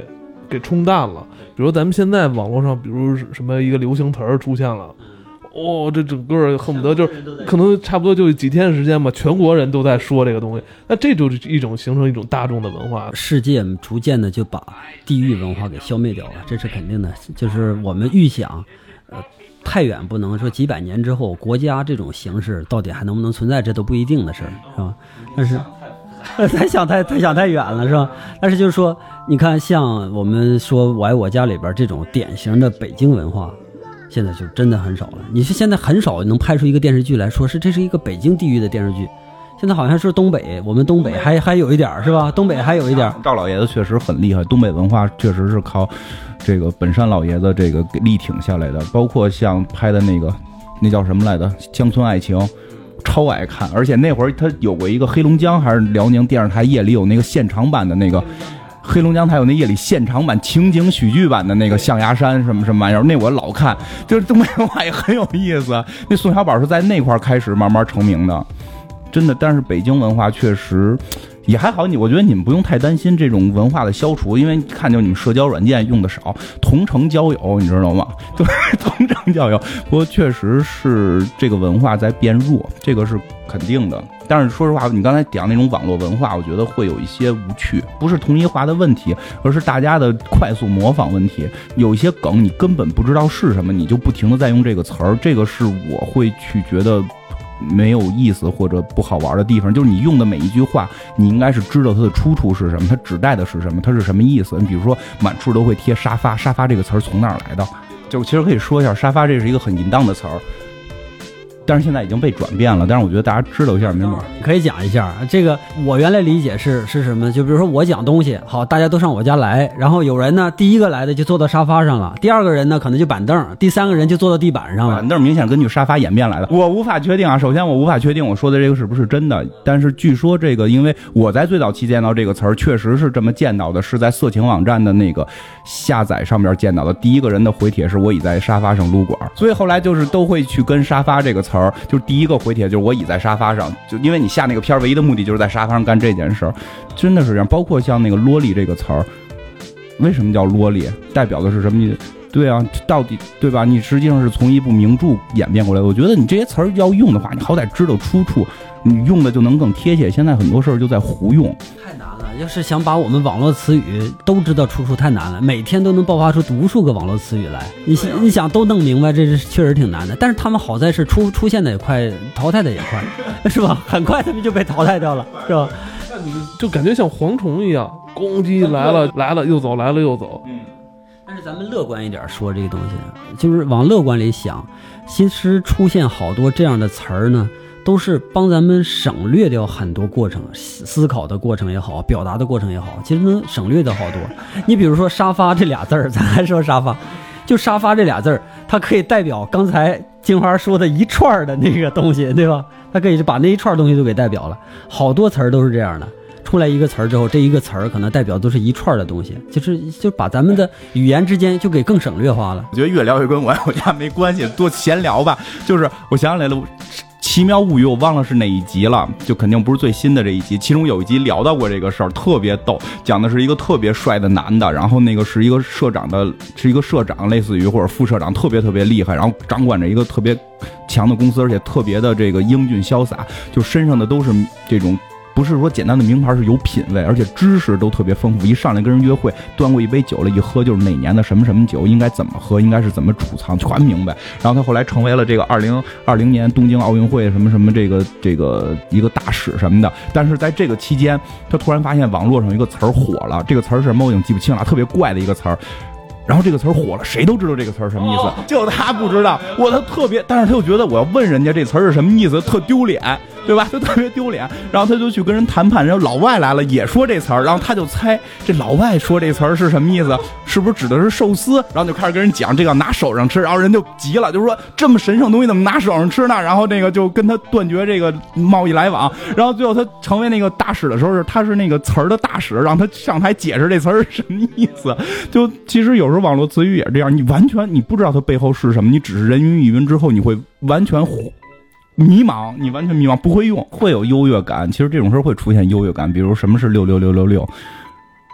给冲淡了。比如咱们现在网络上，比如什么一个流行词儿出现了，这整个恨不得就是可能差不多就几天的时间吧，全国人都在说这个东西，那这就是一种形成一种大众的文化。 世界逐渐的就把地域文化给消灭掉了，这是肯定的。就是我们预想，太远不能说几百年之后，国家这种形式到底还能不能存在，这都不一定的事儿，是吧？但是太远了，是吧？但是就是说，你看，像我们说《我爱我家》里边这种典型的北京文化。现在就真的很少了。你是现在很少能拍出一个电视剧来说这是一个北京地域的电视剧。现在好像是东北，我们东北还有一点是吧？东北还有一点。 赵老爷子确实很厉害，东北文化确实是靠这个本山老爷子这个给力挺下来的。包括像拍的那叫什么来的《乡村爱情》，超爱看。而且那会儿他有过一个黑龙江还是辽宁电视台夜里有那个现场版的那个。黑龙江台有那夜里现场版情景喜剧版的那个象牙山什么玩意儿，那我老看，就是东北文化也很有意思。那宋小宝是在那块开始慢慢成名的，真的。但是北京文化确实也还好，我觉得你们不用太担心这种文化的消除，因为看见你们社交软件用的少，同城交友你知道吗？对，同城交友。不过确实是这个文化在变弱，这个是肯定的。但是说实话，你刚才讲那种网络文化，我觉得会有一些无趣，不是同一化的问题，而是大家的快速模仿问题。有一些梗你根本不知道是什么，你就不停的在用这个词儿，这个是我会去觉得没有意思或者不好玩的地方。就是你用的每一句话，你应该是知道它的出处是什么，它指代的是什么，它是什么意思。你比如说满处都会贴沙发，沙发这个词儿从哪儿来的？就其实可以说一下，沙发这是一个很淫荡的词儿。但是现在已经被转变了，但是我觉得大家知道一下没错。 可以讲一下这个，我原来理解是什么？就比如说我讲东西，好，大家都上我家来，然后有人呢，第一个来的就坐到沙发上了，第二个人呢可能就板凳，第三个人就坐到地板上了。 板凳明显根据沙发演变来的，我无法确定啊。首先我无法确定我说的这个是不是真的，但是据说这个，因为我在最早期见到这个词儿，确实是这么见到的，是在色情网站的那个下载上面见到的。第一个人的回帖是我倚在沙发上撸管，所以后来就是都会去跟沙发这个词儿。就是第一个回帖就是我倚在沙发上，就因为你下那个片唯一的目的就是在沙发上干这件事儿，真的是这样。包括像那个萝莉这个词儿，为什么叫萝莉？代表的是什么意思？对啊，到底对吧？你实际上是从一部名著演变过来的。我觉得你这些词儿要用的话，你好歹知道出处，你用的就能更贴切。现在很多事儿就在胡用， 太难了。要是想把我们网络词语都知道出处，太难了。每天都能爆发出无数个网络词语来，你想都弄明白，这是确实挺难的。但是他们好在是出现的也快，淘汰的也快，是吧？很快他们就被淘汰掉了，是吧？ 就感觉像蝗虫一样，攻击来了又走，来了又走。 但是咱们乐观一点说这个东西，就是往乐观里想，其实出现好多这样的词儿呢，都是帮咱们省略掉很多过程，思考的过程也好，表达的过程也好，其实能省略掉好多。你比如说沙发这俩字儿，咱还说沙发，就沙发这俩字儿，它可以代表刚才金花说的一串的那个东西，对吧？它可以把那一串东西都给代表了。好多词儿都是这样的，出来一个词儿之后，这一个词儿可能代表都是一串的东西，就把咱们的语言之间就给更省略化了。 我觉得越聊越跟我家没关系，多闲聊吧。就是我想起来了，奇妙物语我忘了是哪一集了，就肯定不是最新的这一集，其中有一集聊到过这个事儿，特别逗，讲的是一个特别帅的男的，然后那个是一个社长类似于或者副社长，特别特别厉害，然后掌管着一个特别强的公司，而且特别的这个英俊潇洒，就身上的都是这种不是说简单的名牌，是有品位，而且知识都特别丰富。一上来跟人约会，端过一杯酒了，一喝就是哪年的什么什么酒，应该怎么喝，应该是怎么储藏，全明白。然后他后来成为了这个2020年东京奥运会什么什么这个一个大使什么的。但是在这个期间，他突然发现网络上有一个词儿火了，这个词儿是什么我已经记不清了，特别怪的一个词儿。然后这个词儿火了，谁都知道这个词儿什么意思，就他不知道。但是他又觉得我要问人家这词儿是什么意思，特丢脸，对吧？他特别丢脸。然后他就去跟人谈判，然后老外来了也说这词儿，然后他就猜这老外说这词儿是什么意思，是不是指的是寿司？然后就开始跟人讲这个要拿手上吃，然后人就急了，就是说这么神圣东西怎么拿手上吃呢？然后那个就跟他断绝这个贸易来往。然后最后他成为那个大使的时候，他是那个词儿的大使，让他上台解释这词儿是什么意思。就其实有时候网络词语也是这样，你不知道它背后是什么，你只是人云亦云之后，你会完全迷茫，不会用，会有优越感。其实这种事会出现优越感，比如什么是66666，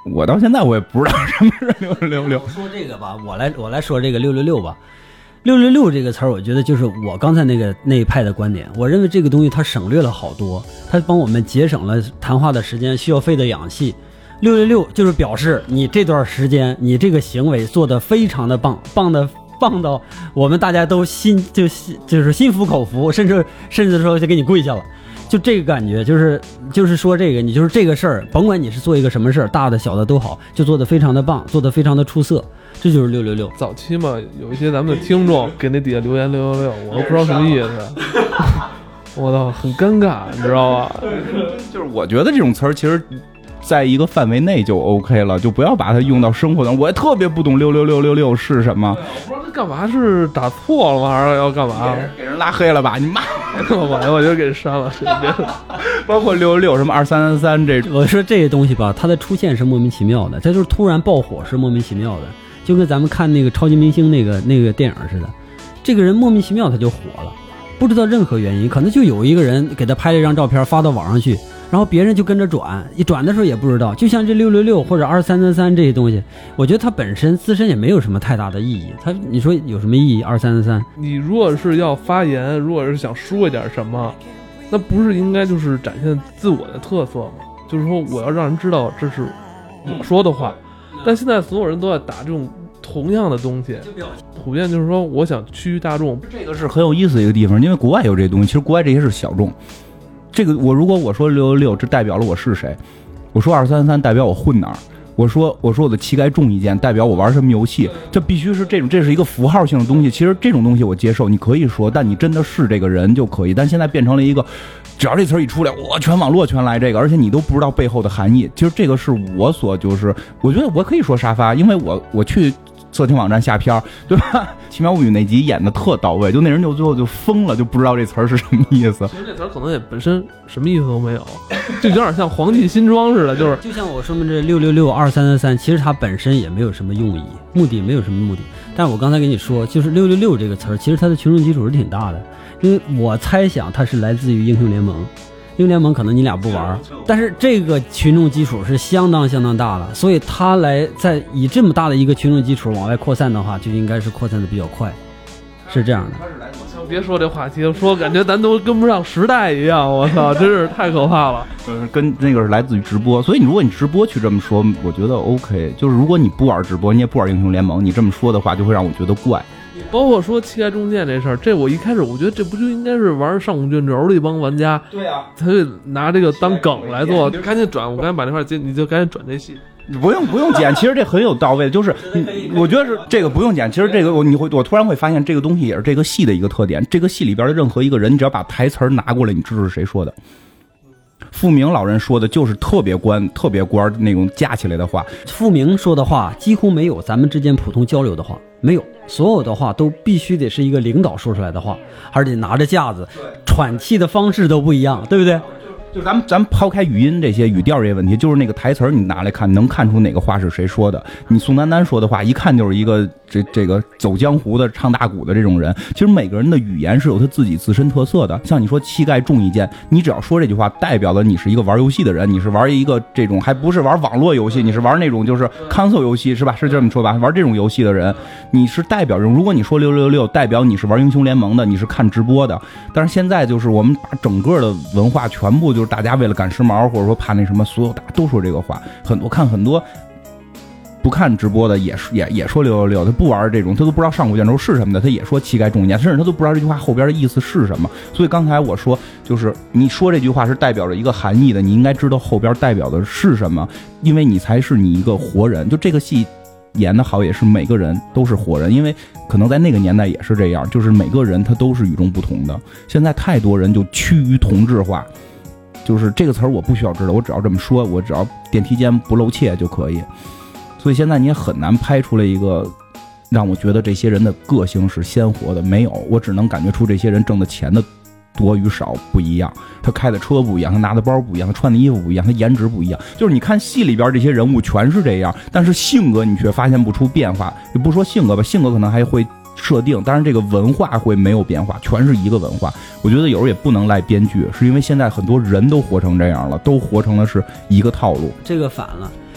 我到现在我也不知道什么是666。 说这个吧，我来说这个666吧。666这个词儿，我觉得就是我刚才那一派的观点。我认为这个东西它省略了好多，它帮我们节省了谈话的时间，需要费的氧气。666就是表示你这段时间你这个行为做得非常的棒到我们大家都就是心服口服，甚至说就给你跪下了。就这个感觉，就是说这个你就是这个事儿，甭管你是做一个什么事儿，大的小的都好，就做得非常的棒，做得非常的出色，这就是666。 早期嘛，有一些咱们的听众给那底下留言666，我都不知道什么意思，我操，很尴尬，你知道吧？ 就是我觉得这种词儿其实在一个范围内就 OK 了，就不要把它用到生活当中。我也特别不懂66666是什么， 我不知道他干嘛，是打错了吗？还是要干嘛？ 给人拉黑了吧？你妈！ 我就给删了， 包括666什么2333这种。 我说这些东西吧，它的出现是莫名其妙的，它就是突然爆火是莫名其妙的，就跟咱们看那个超级明星那个电影似的，这个人莫名其妙他就火了，不知道任何原因，可能就有一个人给他拍了一张照片发到网上去。然后别人就跟着转，一转的时候也不知道，就像这666或者2333这些东西，我觉得它本身自身也没有什么太大的意义。你说有什么意义？2333， 你如果是要发言，如果是想说一点什么，那不是应该就是展现自我的特色吗？就是说我要让人知道这是我说的话。但现在所有人都在打这种同样的东西，普遍就是说我想趋于大众。 这个是很有意思的一个地方，因为国外有这东西，其实国外这些是小众。这个如果我说666，这代表了我是谁；我说2333，代表我混哪儿；我说我的膝盖重一件，代表我玩什么游戏。这必须是这是一个符号性的东西。其实这种东西我接受，你可以说，但你真的是这个人就可以。但现在变成了一个，只要这词儿一出来，全网络全来这个，而且你都不知道背后的含义。其实这个是我觉得我可以说沙发，因为我去色情网站下片，对吧？奇妙物语那集演的特到位，就那人就最后就疯了，就不知道这词儿是什么意思。 其实这词儿可能也本身什么意思都没有，就有点像黄帝新装似的，就像我说的这666、2333，其实它本身也没有什么用意，目的没有什么目的。但是我刚才跟你说，就是666这个词儿，其实它的群众基础是挺大的，因为我猜想它是来自于英雄联盟。英雄联盟可能你俩不玩，但是这个群众基础是相当大了，所以它来在以这么大的一个群众基础往外扩散的话，就应该是扩散的比较快，是这样的。 别说这话题了，说感觉咱都跟不上时代一样，我操，真是太可怕了。 跟那个是来自于直播，所以如果你直播去这么说，我觉得 OK。就是如果你不玩直播，你也不玩英雄联盟，你这么说的话，就会让我觉得怪。 包括说膝盖中箭这事儿，这我一开始我觉得这不就应该是玩上古卷轴的一帮玩家， 对啊， 他就拿这个当梗来做，赶紧转，我赶紧把那块接，你就赶紧转这戏。 不用剪，其实这很有到位，就是我觉得是这个不用剪。其实这个我突然会发现，这个东西也是这个戏的一个特点。这个戏里边的任何一个人，你只要把台词拿过来，你知道是谁说的。傅明老人说的就是特别官那种架起来的话。 傅明说的话几乎没有咱们之间普通交流的话，没有，所有的话都必须得是一个领导说出来的话，而且拿着架子，喘气的方式都不一样，对不对？ 就咱们抛开语音这些语调这些问题，就是那个台词你拿来看，能看出哪个话是谁说的。你宋丹丹说的话，一看就是一个这个走江湖的唱大鼓的这种人。其实每个人的语言是有他自己自身特色的。像你说膝盖重一件，你只要说这句话，代表了你是一个玩游戏的人，你是玩一个这种还不是玩网络游戏，你是玩那种就是console游戏，是吧？是这么说吧？玩这种游戏的人，你是代表人。如果你说666，代表你是玩英雄联盟的，你是看直播的。但是现在就是我们把整个的文化全部就是大家为了赶时髦，或者说怕那什么，所有大家都说这个话。很多不看直播的也说666，他不玩这种，他都不知道上古卷轴是什么的，他也说膝盖重一件，甚至他都不知道这句话后边的意思是什么。所以刚才我说，就是你说这句话是代表着一个含义的，你应该知道后边代表的是什么，因为你才是你一个活人。就这个戏演的好，也是每个人都是活人，因为可能在那个年代也是这样，就是每个人他都是与众不同的。现在太多人就趋于同质化，就是这个词儿我不需要知道，我只要这么说，我只要电梯间不露怯就可以。所以现在你也很难拍出来一个让我觉得这些人的个性是鲜活的，没有，我只能感觉出这些人挣的钱的多与少不一样，他开的车不一样，他拿的包不一样，他穿的衣服不一样，他颜值不一样。就是你看戏里边这些人物全是这样，但是性格你却发现不出变化。也不说性格吧，性格可能还会设定，但是这个文化会没有变化，全是一个文化。我觉得有时候也不能赖编剧，是因为现在很多人都活成这样了，都活成了是一个套路。 这个反了，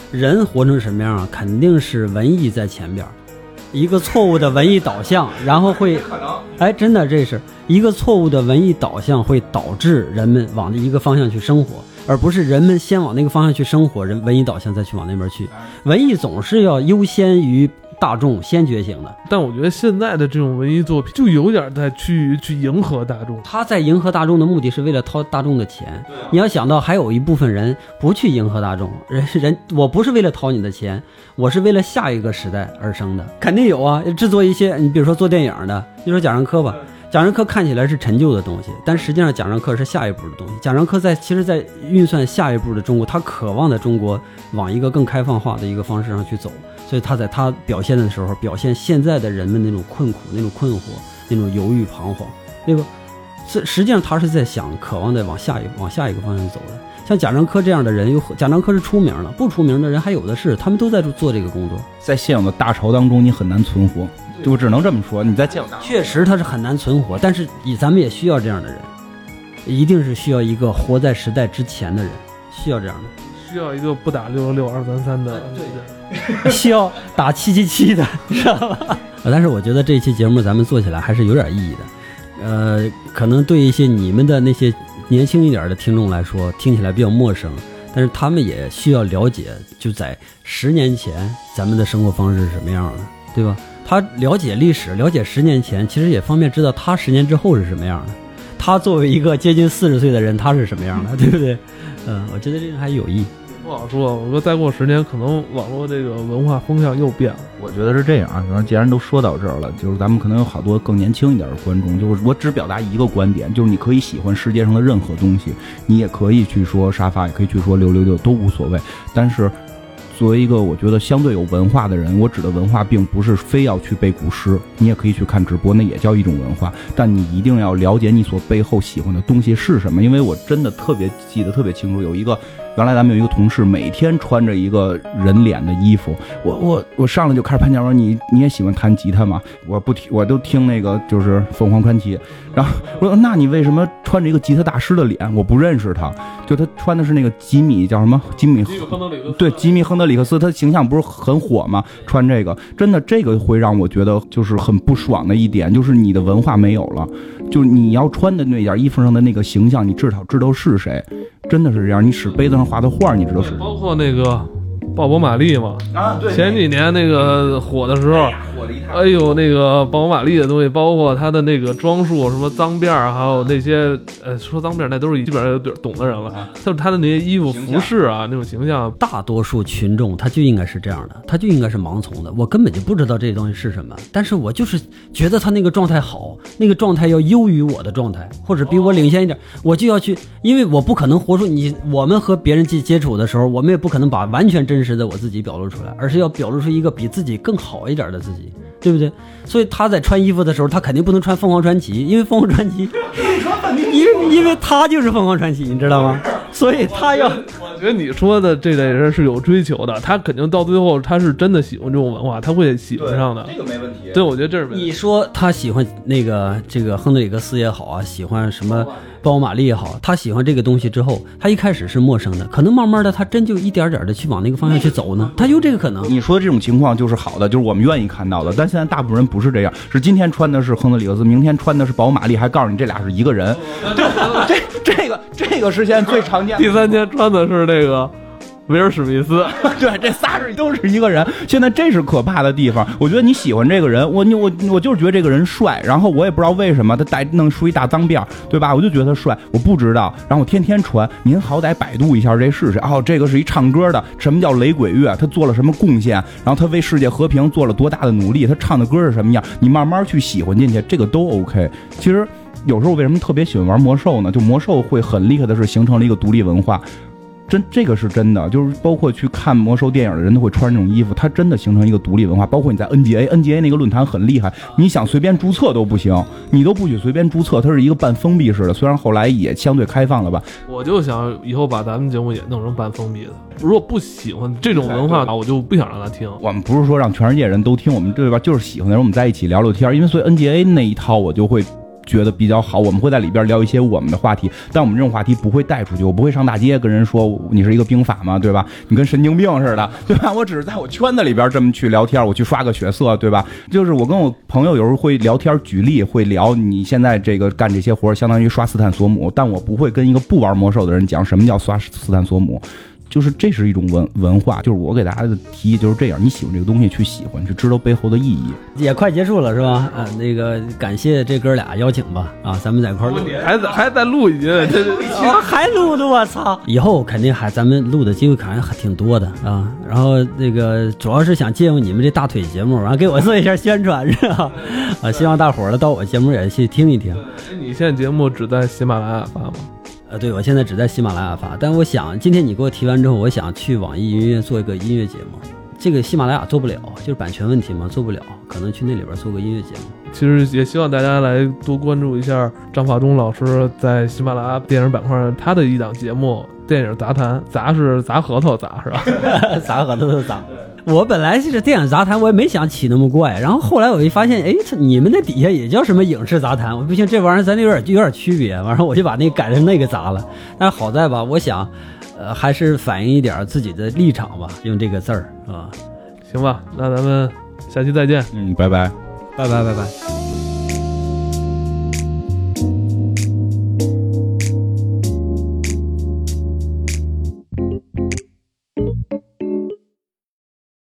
人活成什么样啊？肯定是文艺在前边，一个错误的文艺导向，然后会，真的这是一个错误的文艺导向会导致人们往一个方向去生活，而不是人们先往那个方向去生活，文艺导向再去往那边去。文艺总是要优先于大众先觉醒的， 但我觉得现在的这种文艺作品就有点在趋于去迎合大众。 他在迎合大众的目的是为了掏大众的钱。你要想到还有一部分人不去迎合大众，我不是为了掏你的钱，我是为了下一个时代而生的。肯定有啊，制作一些，你比如说做电影的，就说贾樟柯吧。贾樟柯看起来是陈旧的东西，但实际上贾樟柯是下一步的东西。贾樟柯其实在运算下一步的中国，他渴望在中国往一个更开放化的一个方式上去走，所以他在他表现的时候，表现现在的人们那种困苦、那种困惑、那种犹豫彷徨，对吧？实际上他是在想，渴望在往下一个方向走的。像贾樟柯这样的人，贾樟柯是出名了，不出名的人还有的是，他们都在做这个工作。 在现有的大潮当中，你很难存活，就只能这么说。你在现有大潮， 确实他是很难存活，但是咱们也需要这样的人，一定是需要一个活在时代之前的人，需要这样的， 需要一个不打666-233的， 对，需要打777的，知道吧？但是我觉得这一期节目咱们做起来还是有点意义的，可能对一些你们的那些年轻一点的听众来说，听起来比较陌生，但是他们也需要了解，就在10年前咱们的生活方式是什么样的，对吧？他了解历史，了解10年前，其实也方便知道他10年之后是什么样的。他作为一个接近40岁的人，他是什么样的，对不对？我觉得这个还有意义。 不好说，我说再过10年，可能网络这个文化风向又变了。 我觉得是这样啊。既然都说到这儿了，就是咱们可能有好多更年轻一点的观众，就是我只表达一个观点，就是你可以喜欢世界上的任何东西，你也可以去说沙发，也可以去说666，都无所谓。但是作为一个我觉得相对有文化的人，我指的文化并不是非要去背古诗，你也可以去看直播，那也叫一种文化，但你一定要了解你所背后喜欢的东西是什么。因为我真的记得特别清楚，原来咱们有一个同事每天穿着一个人脸的衣服，我上来就开始攀讲，我说你也喜欢弹吉他吗？我都听那个就是凤凰传奇，然后我说那你为什么穿着一个吉他大师的脸？我不认识他，就他穿的是那个吉米叫什么吉米亨德里克斯，他形象不是很火吗？穿这个真的这个会让我觉得就是很不爽的一点，就是你的文化没有了，就是你要穿的那件衣服上的那个形象，你知道是谁，真的是这样。你使杯子上画的画，你知道是谁？ 包括那个鲍勃·马利嘛，对，前几年那个火的时候，哎呦，那个鲍勃·马利的东西，包括他的那个装束，什么脏辫儿，还有那些说脏辫儿那都是基本上有点懂的人了，就是他的那些衣服服饰啊，那种形象， 大多数群众他就应该是这样的，他就应该是盲从的，我根本就不知道这东西是什么，但是我就是觉得他那个状态好，那个状态要优于我的状态，或者比我领先一点，我就要去，因为我不可能活出我们和别人接触的时候，我们也不可能把完全真实的我自己表露出来，而是要表露出一个比自己更好一点的自己，对不对？所以他在穿衣服的时候，他肯定不能穿凤凰传奇，因为凤凰传奇因为他就是凤凰传奇，你知道吗？所以他要， 我觉得你说的这类人是有追求的，他肯定到最后他是真的喜欢这种文化，他会喜欢上的， 这个没问题。 对，我觉得这是没问题。 你说他喜欢这个亨德里克斯也好啊，喜欢什么鲍勃·马利也好，他喜欢这个东西之后，他一开始是陌生的，可能慢慢的他真就一点点的去往那个方向去走呢，他有这个可能。 你说的这种情况就是好的，就是我们愿意看到的，但现在大部分人不是这样，是今天穿的是亨德里克斯，明天穿的是鲍勃·马利，还告诉你这俩是一个人。这个是现在最常见的。 第3天穿的是那个威尔史密斯， 对，这仨都是一个人。现在这是可怕的地方。我觉得你喜欢这个人，我就是觉得这个人帅，然后我也不知道为什么他弄出一大脏辫，对吧？我就觉得他帅，我不知道，然后我天天穿。您好歹百度一下这是谁？哦，这个是一唱歌的，什么叫雷鬼乐？他做了什么贡献？然后他为世界和平做了多大的努力？他唱的歌是什么样？你慢慢去喜欢进去，这个都 OK。其实有时候为什么特别喜欢玩魔兽呢？就魔兽会很厉害的是形成了一个独立文化。这个是真的，就是包括去看魔兽电影的人都会穿这种衣服，它真的形成一个独立文化。包括你在 NGA 那个论坛很厉害，你想随便注册都不行，你都不许随便注册，它是一个半封闭式的，虽然后来也相对开放了吧。 我就想以后把咱们节目也弄成半封闭的，如果不喜欢这种文化，我就不想让他听。 我们不是说让全世界人都听，我们对吧？就是喜欢的人我们在一起聊聊天，因为所以 NGA 那一套我就会觉得比较好，我们会在里边聊一些我们的话题，但我们这种话题不会带出去，我不会上大街跟人说你是一个兵法嘛，对吧？你跟神经病似的，对吧？我只是在我圈子里边这么去聊天，我去刷个血色，对吧？就是我跟我朋友有时候会聊天举例，会聊你现在这个干这些活相当于刷斯坦索姆，但我不会跟一个不玩魔兽的人讲什么叫刷斯坦索姆。就是这是一种文化，就是我给大家的提议就是这样，你喜欢这个东西去喜欢，去知道背后的意义。 也快结束了是吧？那个感谢这哥俩邀请吧，咱们在一块儿录， 还在录一集， 还录的，我操！以后肯定咱们录的机会可能还挺多的啊。然后那个主要是想借用你们这大腿节目，然后给我做一下宣传是吧？希望大伙儿到我节目也去听一听。 你现在节目只在喜马拉雅发吗？ 对，我现在只在喜马拉雅发，但我想今天你给我提完之后，我想去网易云音乐做一个音乐节目。这个喜马拉雅做不了，就是版权问题嘛，做不了，可能去那里边做个音乐节目。 其实也希望大家来多关注一下张法中老师在喜马拉雅电影板块上他的一档节目《电影杂谈》，杂是砸核桃砸是吧？ 砸核桃的砸。我本来是电影杂谈，我也没想起那么怪，然后后来我一发现，哎，你们那底下也叫什么影视杂谈，我不行，这玩意儿咱有点区别，完了我就把那改成那个杂了。但是好在吧，我想，还是反映一点自己的立场吧，用这个字儿啊。 行吧，那咱们下期再见。 拜拜， 拜拜。